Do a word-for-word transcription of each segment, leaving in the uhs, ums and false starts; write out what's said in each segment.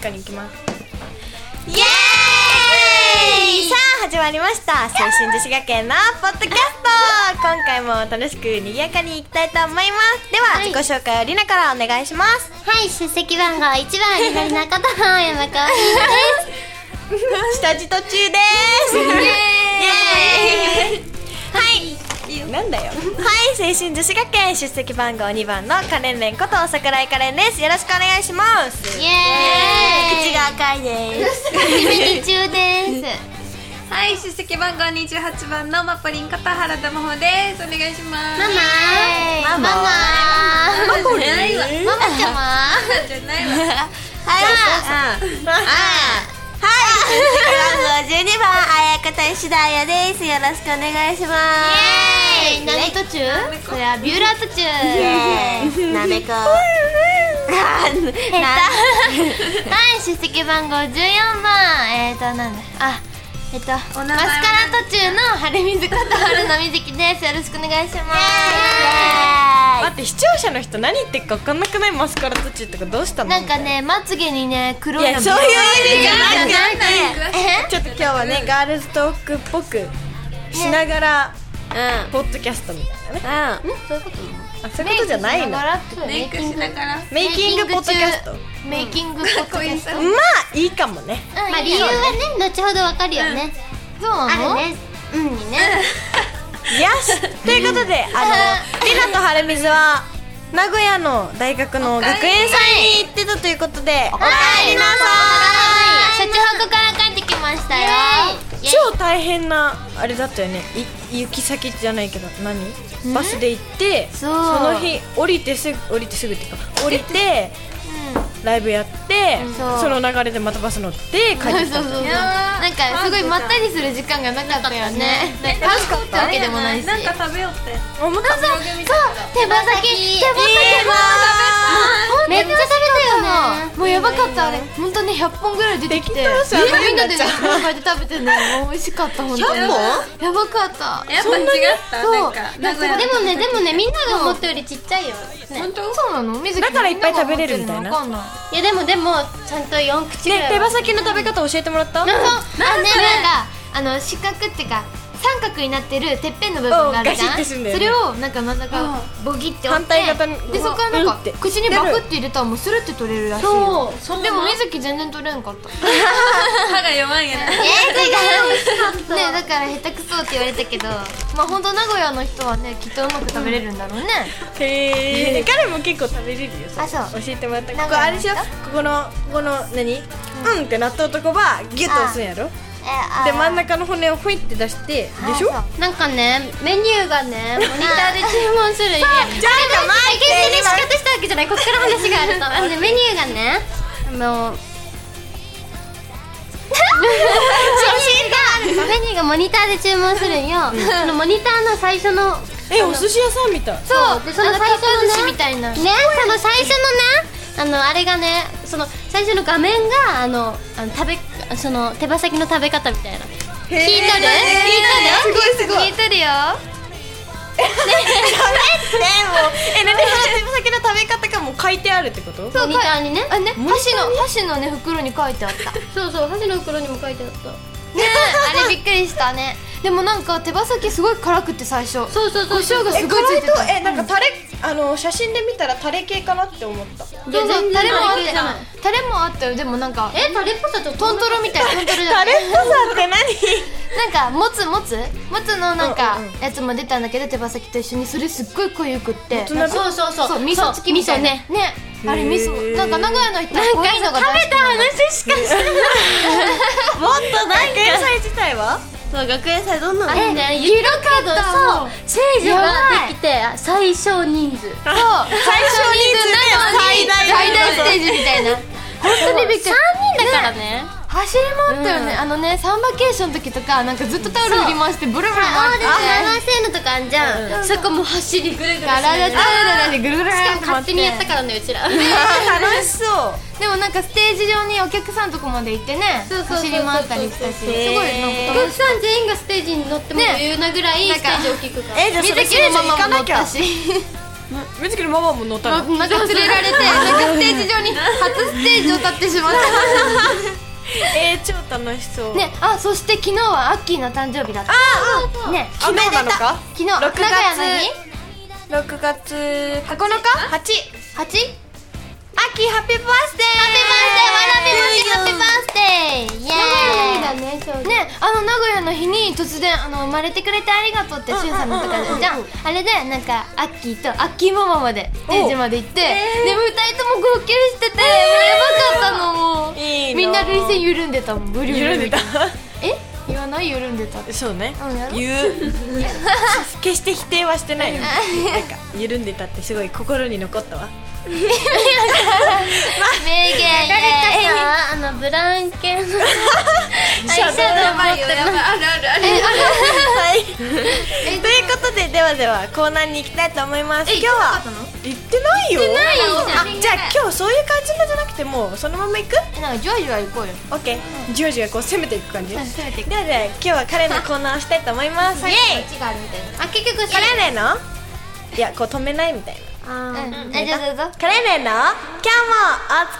かに行きます。 イエーイ。さあ始まりました青春女子学園のポッドキャスト今回も楽しく賑やかにいきたいと思います。では、はい、自己紹介をりなからお願いします。 はい、出席番号いちばんりなりなことの山川りなです下地途中です。イエーイはい、なんだよ。はい、青春女子学園出席番号にばんのカレンレンこと桜井カレンです。よろしくお願いします。 イエーイ。 口が赤いです。 リベリ中です。 はい、出席番号にじゅうはちばんのマポリンこと原田真帆です。お願いします。 マママママママポリンママちゃまじゃないわ。 はい、あはい、出席番号じゅうにばんあやかた石田彩です。よろしくお願いします。 イエーイ。何途中？それはビューラー途中。イエーイ。なめこ下手。はい、出席番号じゅうよんばんえーとなんだあえっとマスカラ途中の春水こと春野瑞希です。よろしくお願いします。 待って、視聴者の人何言ってるか分かんなくない？マスカラ途中とかどうしたの？ なんかね、まつげにね黒いの。 いや、そういう意味じゃなくて、 えちょっと今日はねガールズトークっぽくしながら、うん、ポッドキャストみたいなね。 うん、そういうこと？ あ、そういうことじゃないの？ メイクしながらメイキングポッドキャスト。 メイキングポッドキャスト。 まあいいかもね。 まあ理由はね後ほどわかるよね。そうなの？あるね。うんにね。 よし、ということで、あのりなとはるみずは名古屋の大学の学園祭に行ってたということで、おかえりなさーい。シャチホコから帰ってきましたよ。 超大変なあれだったよね。い行き先じゃないけど何？バスで行ってその日降りてすぐ降りてすぐっていうか降りてライブやってその流れでまたバス乗って帰ってきた。 なんかすごいまったりする時間がなかったよね。楽しかったわけでもないし。 なんか食べようって思った。 そうそう、手羽先手羽先めっちゃ食べたよね。もうやばかったあれ。本当にひゃっぽんぐらい出てきて、みんなでねこうやって食べてね、もう美味しかった本当に。ひゃっぽん？やばかった。 やっぱ違った。なんかでもねでもねみんなが思ったよりちっちゃいよ。 本当？ そうなの？ だからいっぱい食べれるみたいな。 いやでもでもちゃんとよん口ぐらい。 手羽先の食べ方教えてもらった？ そう、あねなんかあの四角っていうか三角になってるてっぺんの部分があるじゃん。それをなんか真ん中ボギって折って反対側にでそこからなんか口にバクって入れたらもうスルって取れるらしいよ。そうでも水木全然取れんかった。 歯が弱いやつ。 えー違うね、だから下手くそって言われたけど、まあ本当名古屋の人はねきっとうまく食べれるんだろうね。 へえ、彼も結構食べれるよ。 あ、そう教えてもらった。ここあれでしょ、ここのここの何うんってなったとこはギュッと押すんやろ。で真ん中の骨をほいって出してでしょ。 なんかねメニューがねモニターで注文する。じゃあじゃあ待って決して仕方したわけじゃない。こっから話があるとなんでメニューがねあのメニューがモニターで注文するんよ。そのモニターの最初のえお寿司屋さんみたい。 そうでその最初のねみたいなねその最初のねあのあれがねその最初の画面があのあの食べその手羽先の食べ方みたいな。聞いとる？聞いとる？ すごいすごい。 聞いとるよ。 え、なんで手羽先の食べ方がもう書いてあるってこと？ モニターにね。 あね、箸の箸のね袋に書いてあった。 そうそう箸の袋にも書いてあった。 ねあれびっくりしたね。でもなんか手羽先すごい辛くて最初。 そうそうそう。 胡椒がすごいついてた。 え、なんかタレあの写真で見たらタレ系かなって思った。 そうそうタレもあったタレもあったよ。でもなんかえタレっぽさとトントロみたいな。トントロじゃタレっぽさって何？ なんかもつもつもつのなんかやつも出たんだけど手羽先と一緒にそれすっごい濃ゆくって。 そうそうそうそう味噌付きみたいなねね。あれ味噌なんか名古屋の人は濃いのが食べた話しかしてない。 もっとなんか学園祭自体は？そう学園祭どんなの？ あれね緩かったそう聖女ができて最小人数。そう最小人数で最大最大ステージみたいな。本当にびっくり。さんにんだからね。走り回ったよね。あのねサンバケーションの時とかなんかずっとタオル振り回してブルブル回って回せんのとかあんじゃん。そこも走りぐるぐるしながらでぐるぐるしかも勝手にやったからねうちら。 楽しそう。 でもなんかステージ上にお客さんとこまで行ってね走り回ったりしたしすごいなんかお客さん全員がステージに乗っても余裕なぐらいステージ大きくから。 えじゃあそれ水木のママも乗ったし水木のママも乗ったの？ なんか連れられてなんかステージ上に初ステージを絶ってしまったえー、超楽しそうね。あ、そして昨日はアッキーの誕生日だったあね。 昨日なのか昨日、 ろくがつ名古屋の日ろくがつここのかはちはち? アキハッピーバースデーハッピーバースデーわらびもちハッピーバースデーイエーイだね、そうね、あの名古屋の日に突然あの生まれてくれてありがとうってしゅんさんのとかじゃん。あれでなんかアッキーとアッキーママまでステージまで行って、でふたりとも号泣してて、もうやばかったのもう。 いいなみんな涙腺緩んでたもん。ブリブリ緩んでたえ、言わない？緩んでたって。 そうねうんやろ言う決して否定はしてないよなんか緩んでたってすごい心に残ったわ名言。 誰かさ、あのブラウン系のアイシャドウ持ってない？ あるあるある。 はいということでではではコーナーに行きたいと思います。今日は行ってないよ。あ、じゃあ今日そういう感じなんじゃなくてもうそのまま行く？ え、なんかじわじわ行こうよ。 オッケー。じわじわこう攻めていく感じ。では攻めていく。 では今日はカレーのコーナーをしたいと思います。イエーイ。 違があるみたいな。 あ、結局カレーネのいやこう止めないみたいな。 あー、 うん、え、じゃあどうぞ。 カレーネの今日もお疲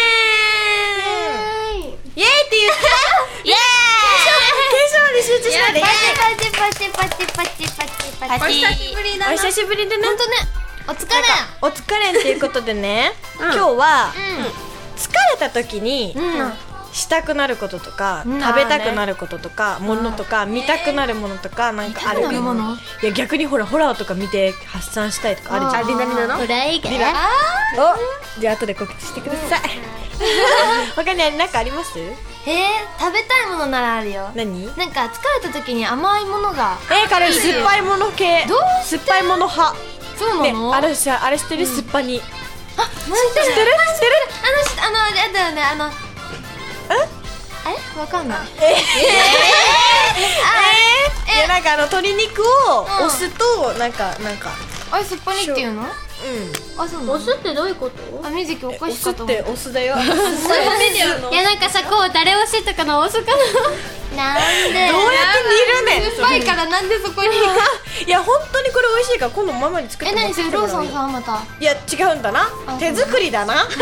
れーイエーイって言ってイエーイ化粧に集中しないで。 パチパチパチパチパチパチパチ。 お久しぶりだな。 お久しぶりでね。 ほんとね、お疲れ。 お疲れっていうことでね今日は疲れた時にうん。 したくなることとか、 うん食べたくなることとか、ものとか、見たくなるものとか、なんかある。 見たくなるもの？ いや逆にほらホラーとか見て発散したいとかあるじゃん。 あリナリナのフライがリナお、じゃあ後で告知してください。他に何かあります？ えー、食べたいものならあるよ。 何？ なんか疲れた時に甘いものが。 えー、彼酸っぱいもの系。 どう酸っぱいもの派。ね、 そうなの？ あれさ、あれ知ってる？酸っぱに。 あ、知ってる知ってる？知ってる？ あの、あの、あれだよね、あの。 え？ あれ？わかんない。 えー、えー、いやなんかあの鶏肉を押すとなんかなんかあれ、すっぱにっていうの？ うん。 あ、そうなの？ 押すってどういうこと？ あ、水木おか押しかったもん。 すって押すだよ。 いやなんかさ、こう誰押しとかの押すかな。 なんで？ どうやって煮るねん。 酸っぱいからなんでそこに。 いや本当にこれ美味しいから今度ママに作ってえ、 もらって何それローソンさんまた。 いや違うんだな手作りだな。なんかうちんち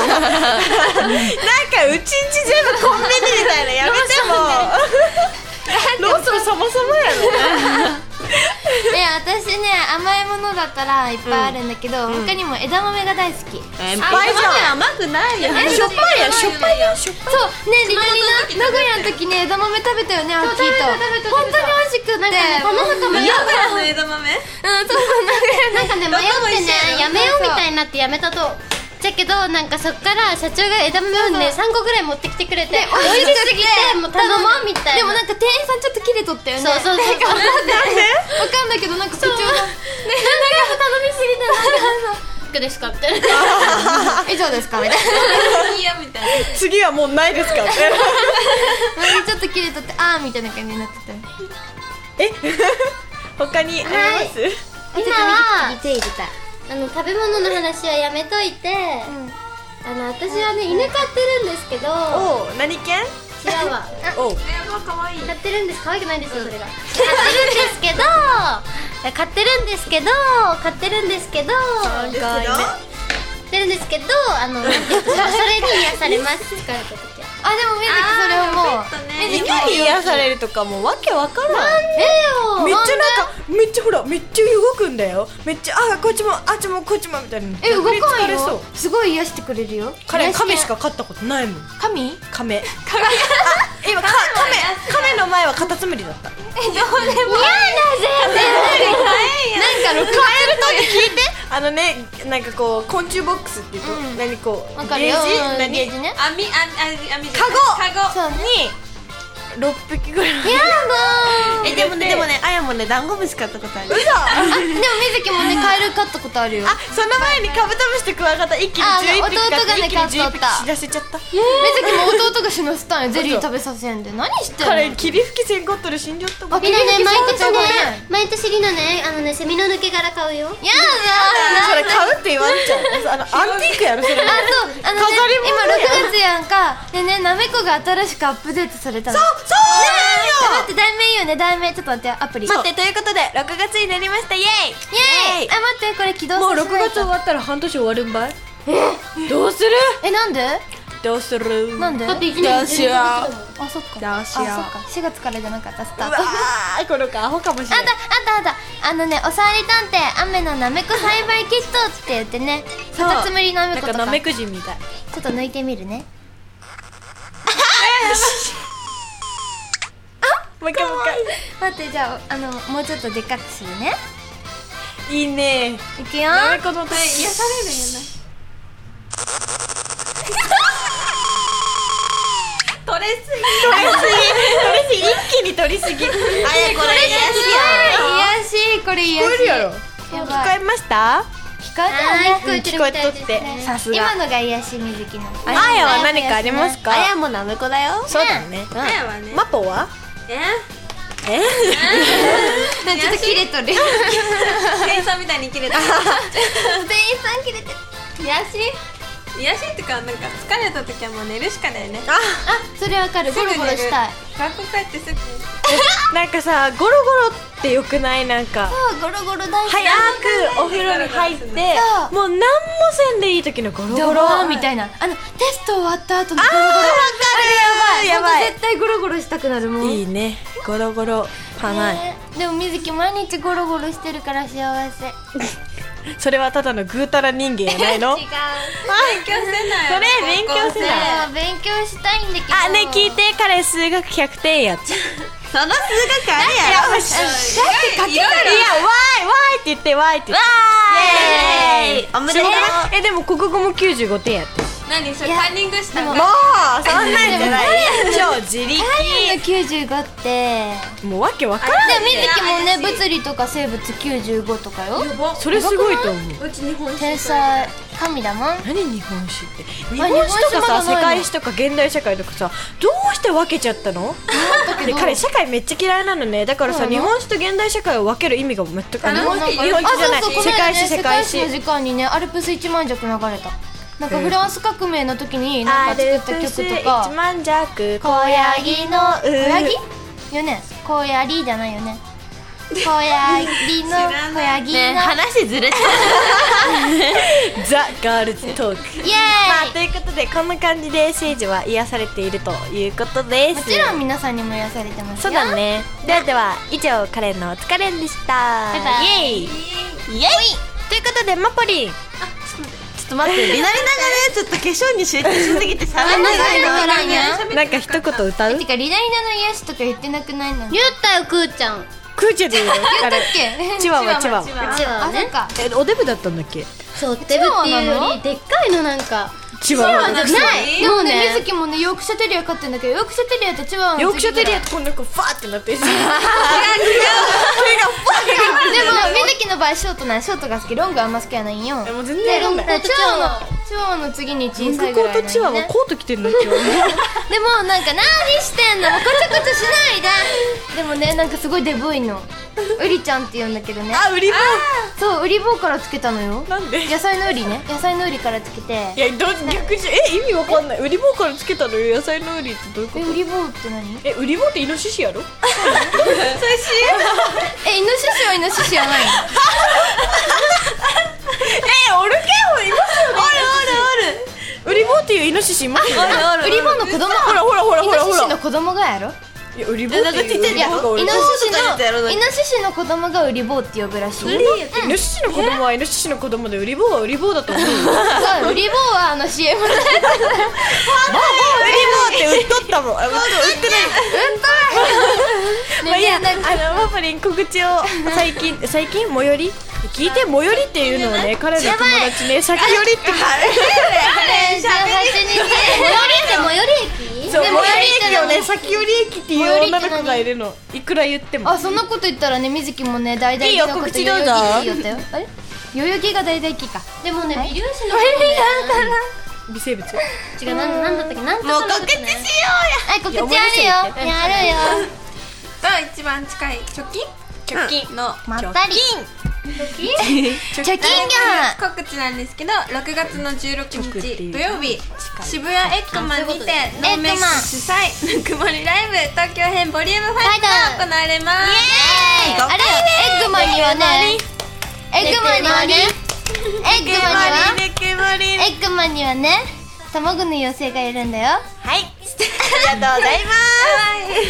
全部コンビニみたいなやめても。ローソン様々やろ。 え、私ね、甘いものだったらいっぱいあるんだけど、他にも枝豆が大好き。 え酸っぱいじゃん。 甘くないよ。 しょっぱいやんしょっぱいやんしょっぱい。 そうね、リナリナ名古屋の時に枝豆食べたよね、アッキーと。本当に美味しくって。 なんかね、この中迷うの枝豆？ うん、そうそう、 なんかね、迷ってね、やめようみたいになってやめたと。だけどなんかそっから社長が枝豆をねさんこぐらい持ってきてくれて、美味しすぎてもう頼もうみたいな。 でもなんか店員さんちょっと切れとったよね。 そうそうそうそう。 なんで？わかんないけどなんか口調が。ね、なんか頼みすぎた。なんかですかみたいな。 以上ですかみたいな。 いやみたいな。 次はもうないですかって。 ちょっと切れとってあーみたいな感じになってた。 え他にあります？ 今は手入れたい。 あの食べ物の話はやめといて、あの私はね犬飼ってるんですけど、 おお何犬？ チワワおうね、まあ可愛い。 飼ってるんです。可愛くないんですよそれが。飼ってるんですけど、飼ってるんですけど、飼ってるんですけど、飼ってるんですけど、あのそれに癒されます。疲れた時は。 あ、でもみずきそれはもう犬に癒されるとかもうわけわからん。 えよ。 めっちゃなんかめっちゃほらめっちゃ動くんだよ。めっちゃあこっちもあっちもこっちもみたいな。 え、動かん疲れそうよ。すごい癒してくれるよ。 彼亀しか飼ったことないもん。 神？ 亀。亀。あ今か亀亀の前はカタツムリだった。 え、どうでも嫌だぜ。なんか六カエルと聞いて。あのねなんかこう昆虫ボックスっていうと何こうわかるよ。 ゲージ何ゲージね。 網網網カゴそうね。 にろっぴきぐらい。 やだー。 えでもねでもねあやもねダンゴムシ買ったことある。 嘘。 あ、でもみずきもねカエル飼ったことあるよ。 あ、その前にカブトムシとクワガタ一気にあじゅういっぴき弟がね一気にじゅういっぴき飼っとった死なせちゃった。 みずきも弟が死なせたんよ。ゼリー食べさせんで。何してんの？ 彼霧吹きせんかったら死んじゃったもん。 あリナね毎年そうだね毎年リナねあのねセミの抜け殻買うよ。 やだそれ買うって言わんちゃう。あのアンティークやろそれ。 あ、そう、あのね、 飾り物今ろくがつやんか。でね、なめこが新しくアップデートされたの。 そうそう待って、題名いいよね、題名。ちょっと待って、アプリ。 待ってということでろくがつになりましたイエーイ。 イエーイ。あ、待って、これ起動もうさせないとろくがつ終わったら半年終わるんばい。えどうする？ え、なんで？ だどうする？ なんで？ だっていきなりどうしよう。 あ、そっか。 どうしようあ、そっか。しがつからじゃなかったスターうト。 わー、この子アホかもしれあんない。 たあんたあんたあのね、おさわり探偵雨のなめこ栽培キットって言ってね、 そうカタツムリなめなんことかかなめくじみたい。 ちょっと抜いてみるね。 もう一回もう待って、じゃああのもうちょっとでかくするね。 一回。いいね。 いくよ。 なめこの手癒されるんやな。取れすぎ。 取りすぎ。取りすぎ。一気に取りすぎ。あやこれ癒し癒し、これ癒し。 聞こえるやろ。 や聞こばい。 えました？ 聞こえたよね。 うん聞こえとって。さすが。 今のが癒しみずきの。 あやは何かありますか？ あやもなめこだよ。 そうだね。 あやはね。 マポは？ え？ え？ ちょっと切れとる。店員店員さんみたいに切れた。 さん切れてる。癒し？ 癒しってかなんか疲れた時はもう寝るしかだよね。 あ、 あ、それわかる。ゴロゴロしたい。 学校帰ってすぐ。 なんかさ、ゴロゴロってよくない？なんかそう、ゴロゴロ大好き。 早くお風呂に入ってそうもう何もせんでいい時のゴロゴロゴロみたいな。あのテスト終わった後のゴロゴロ。 あーわかるあれやばい。 やばいほんと絶対ゴロゴロしたくなるもん。 いいね。ゴロゴロ派ない。 ねでもみずき毎日ゴロゴロしてるから幸せ。 それはただのぐうたら人間やないの？ 違う。 勉強してない。 それ勉強してないそう勉強したいんだけど。 あ、ね聞いて、彼数学ひゃくてんやって。 その数学あれやろ。 よしだって書きたい。いや、わーいわーいって言ってわーいって言って。 イエーイ。おめでとう。 え、でも国語もきゅうじゅうごてんやって。 何それカンニングしたの？ もうそんなんじゃない。超自力。 のきゅうじゅうごってもうわけわからん。 でもみずきもね物理とか生物きゅうじゅうごとかよ。 それすごいと思う。 うち日本史。 天才神だもん。 何日本史って日あ本史とかさ日本史まだないの世界史とか現代社会とかさどうして分けちゃったの？で彼社会めっちゃ嫌いなのね。だからさそうなの日本史と現代社会を分ける意味が全くああ日本史なんか日本史じゃないあそうそうこの世界間ね史世界史の時間にねアルプス一万弱流れた。なんかフランス革命の時になんか作った曲と一か万弱小ヤギの小ヤギよね小ヤリじゃないよね小ヤギの小ヤギの話ずれてザ・ガールズトークイエーイ、 まあということでこんな感じでセイジは癒されているということです。 もちろん皆さんにも癒されてますよ。 そうだね。ではでは以上カレンのお疲れんでした。 バイバイイエイイエイということでマポリンちょっと待って、りなりながね、ちょっと化粧に集中しすぎて喋あれない喋の。 れないよなんか一言歌う？ てかリダリナの癒しとか言ってなくないの？ 言ったよくーちゃん。 クーチェで言うの？ 言ったっけ？ チワワチワワ。 うちはね。 あそっか。 えおデブだったんだっけ？ そうデブっていうよりでっかいのなんか。 チワワじゃない。 でもねもうねみずきもねヨークシャテリア飼ってんだけどヨークシャテリアとチワワのヨークシャテリア次ってこんなこうファーってなってる。 ぐらいでもみずきの場合ショートなんショートが好きロングあんま好きやないんよ。 もう全然わかんない。 チワワのチワワの次に小さいぐらいなんよね。 コートチワワコート着てるの今日。 でもなんか何してんのこちょこちょしないで。でもねなんかすごいデブいの。ウリちゃんって言うんだけどね。 あ売り場。 そうウリ棒からつけたのよ。 なんで？ 野菜のウリね野菜のウリからつけて。 いやど逆じゃえ意味わかんない。売り棒からつけたのよ野菜の売りってどういうこと？ えウリ棒って何？ え売り棒ってイノシシやろ？ えイノシシはイノシシやないの？ えオルケオいますよね。おるおるおる。売り棒っていうイノシシいますよね。 ウリ棒の子供。 ほらほらほらイほらほら。 ノシシの子供がやろ。 いや売り棒っていう売りいや棒が売り棒。 イノシシとか言ってやろうのなイノシシの子供がウリ棒って呼ぶらしい。 イノシシの子供はイノシシの子供で売り棒は売り棒だと思うよ。 そうウリ棒はあの シーエム のやつ。 売り棒って売っとったもん。あ売ってない。まあいいや、あのマパリン告知を最近最近最寄り聞いて最寄りっていうのをね彼の友達ね先寄りってじゅうはちにち最寄り駅？ そう最寄でも最寄りり駅をねって先寄り駅っていう女の子がいるの。いくら言ってもあそんなこと言ったらねみずきもね大々 いいよのこと告知どうぞ代々木って言おったよ。あれ代々木が大々木か。 でもね微粒子の微生物。 違うなんなんだったっけなんとかもう告知しようや。 はい告知あるよいや思い出してやるよ。 と一番近い貯金貯金のまったり貯金が告知なんですけどろくがつのじゅうろくに直っていうち土曜日渋谷エッグマンにてノーメイク主催ぬくもりライブ東京編ボリュームファイブが行われます。 イエーイあれよエッグマンにはねエッグマンにはねエッグマンにはぬくもりエッグマンにはね卵の妖精がいるんだよ。 はい、ありがとうございます。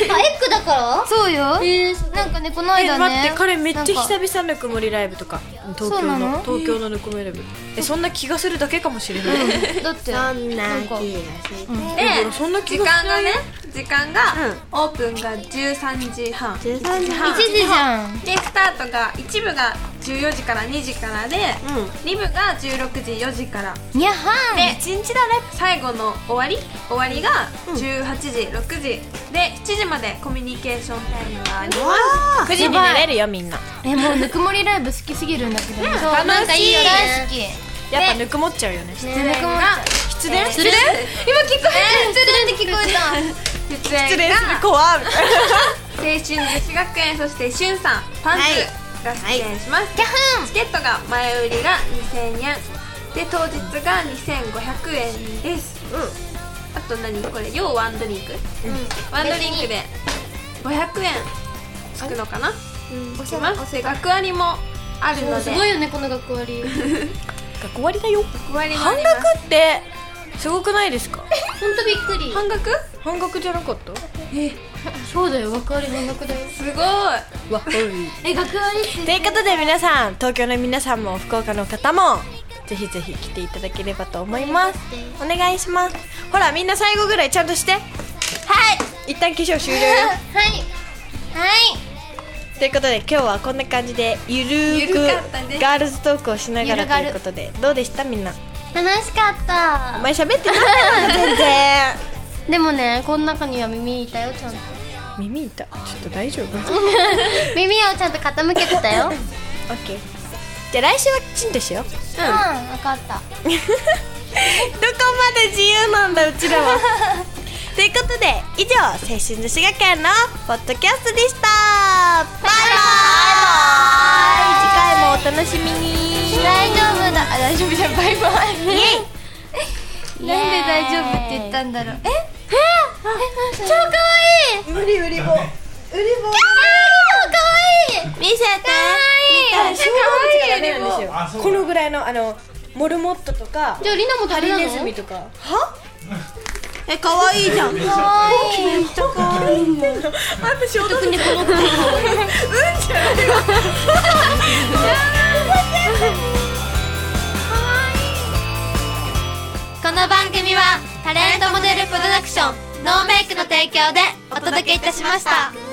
あ、エッグだからそうよ。 えー、 なんかねこの間ね、 え、待って、彼めっちゃなんか久々ぬくもりライブとか、東京そうなのの東京のぬくもりライブ、え、そんな気がするだけかもしれない。 だってそんな気がする。 え、ほらそんな気時がしないよ。 間がね、時間が、オープンがじゅうさんじはん、 じゅうさんじはんいちじじゃん。 でスタートが一部がじゅうよじからにじからで、に部がじゅうろくじよじからにゃはん。 で一日だね。 最後の終わり終わりがじゅうはちじろくじでしちじまでコミュニケーションタイムがあります。 くじに寝れるよみんな。 え、もうぬくもりライブ好きすぎるんだけど、そう楽しいなんかいいよね。大好き。 やっぱぬくもっちゃうよね。 出演が失恋失恋今聞こえた。失恋って聞こえた。 出演失恋するが怖みたいな。 青春女子学園、そしてしゅんさん、パンツが出演します。 キャフン。 チケットが前売りがにせんえんで当日がにせんごひゃくえんです。あと何これ、要ワンドリンク、ワンドリンクでごひゃくえんつくのかな、します。で学割もあるのすで、 ごいよねこの学割。 学割だよ。 学割もあ半ります。 額ってすごくないですか？ ほんとびっくり。 半額半額じゃなかった？ そうだよ、学割半額だよ。 すごい。 わほい。 え、学割ってということで皆さん、東京の皆さんも福岡の方もぜひぜひ来ていただければと思います。お願いします。ほらみんな最後ぐらいちゃんとして。はい。一旦化粧終了よ。 はい。はい。 ということで今日はこんな感じでゆるーゆるかったねくガールズトークをしながらとゆるがるいうことで、どうでしたみんな？ 楽しかったお。前喋ってないよ全然。 でもね、この中には耳いたよ、ちゃんと。 耳痛い。ちょっと大丈夫？ 耳をちゃんと傾けてたよ。 オッケー。じゃあ来週はきちんとしよう。 うん、分かった。 どこまで自由なんだうちらは。ということで以上、青春女子学園のポッドキャストでした。バイバイ。次回もお楽しみに。 大丈夫だ。あ、大丈夫じゃん。バイバイ。なんで大丈夫って言ったんだろう。え、え、超可愛い。 無理無理もう。 え、可愛い。見せて。可愛い。 小動物がダメなんですよ。このぐらいのあのモルモットとかじゃあリナもハリ食べなの？ ネズミとか。は？ え、可愛いじゃん。 可愛い。 めっちゃ可愛いの。あんた小動物にこの子。うんじゃないわ。 この番組はタレントモデルプロダクションノーメイクの提供でお届けいたしました。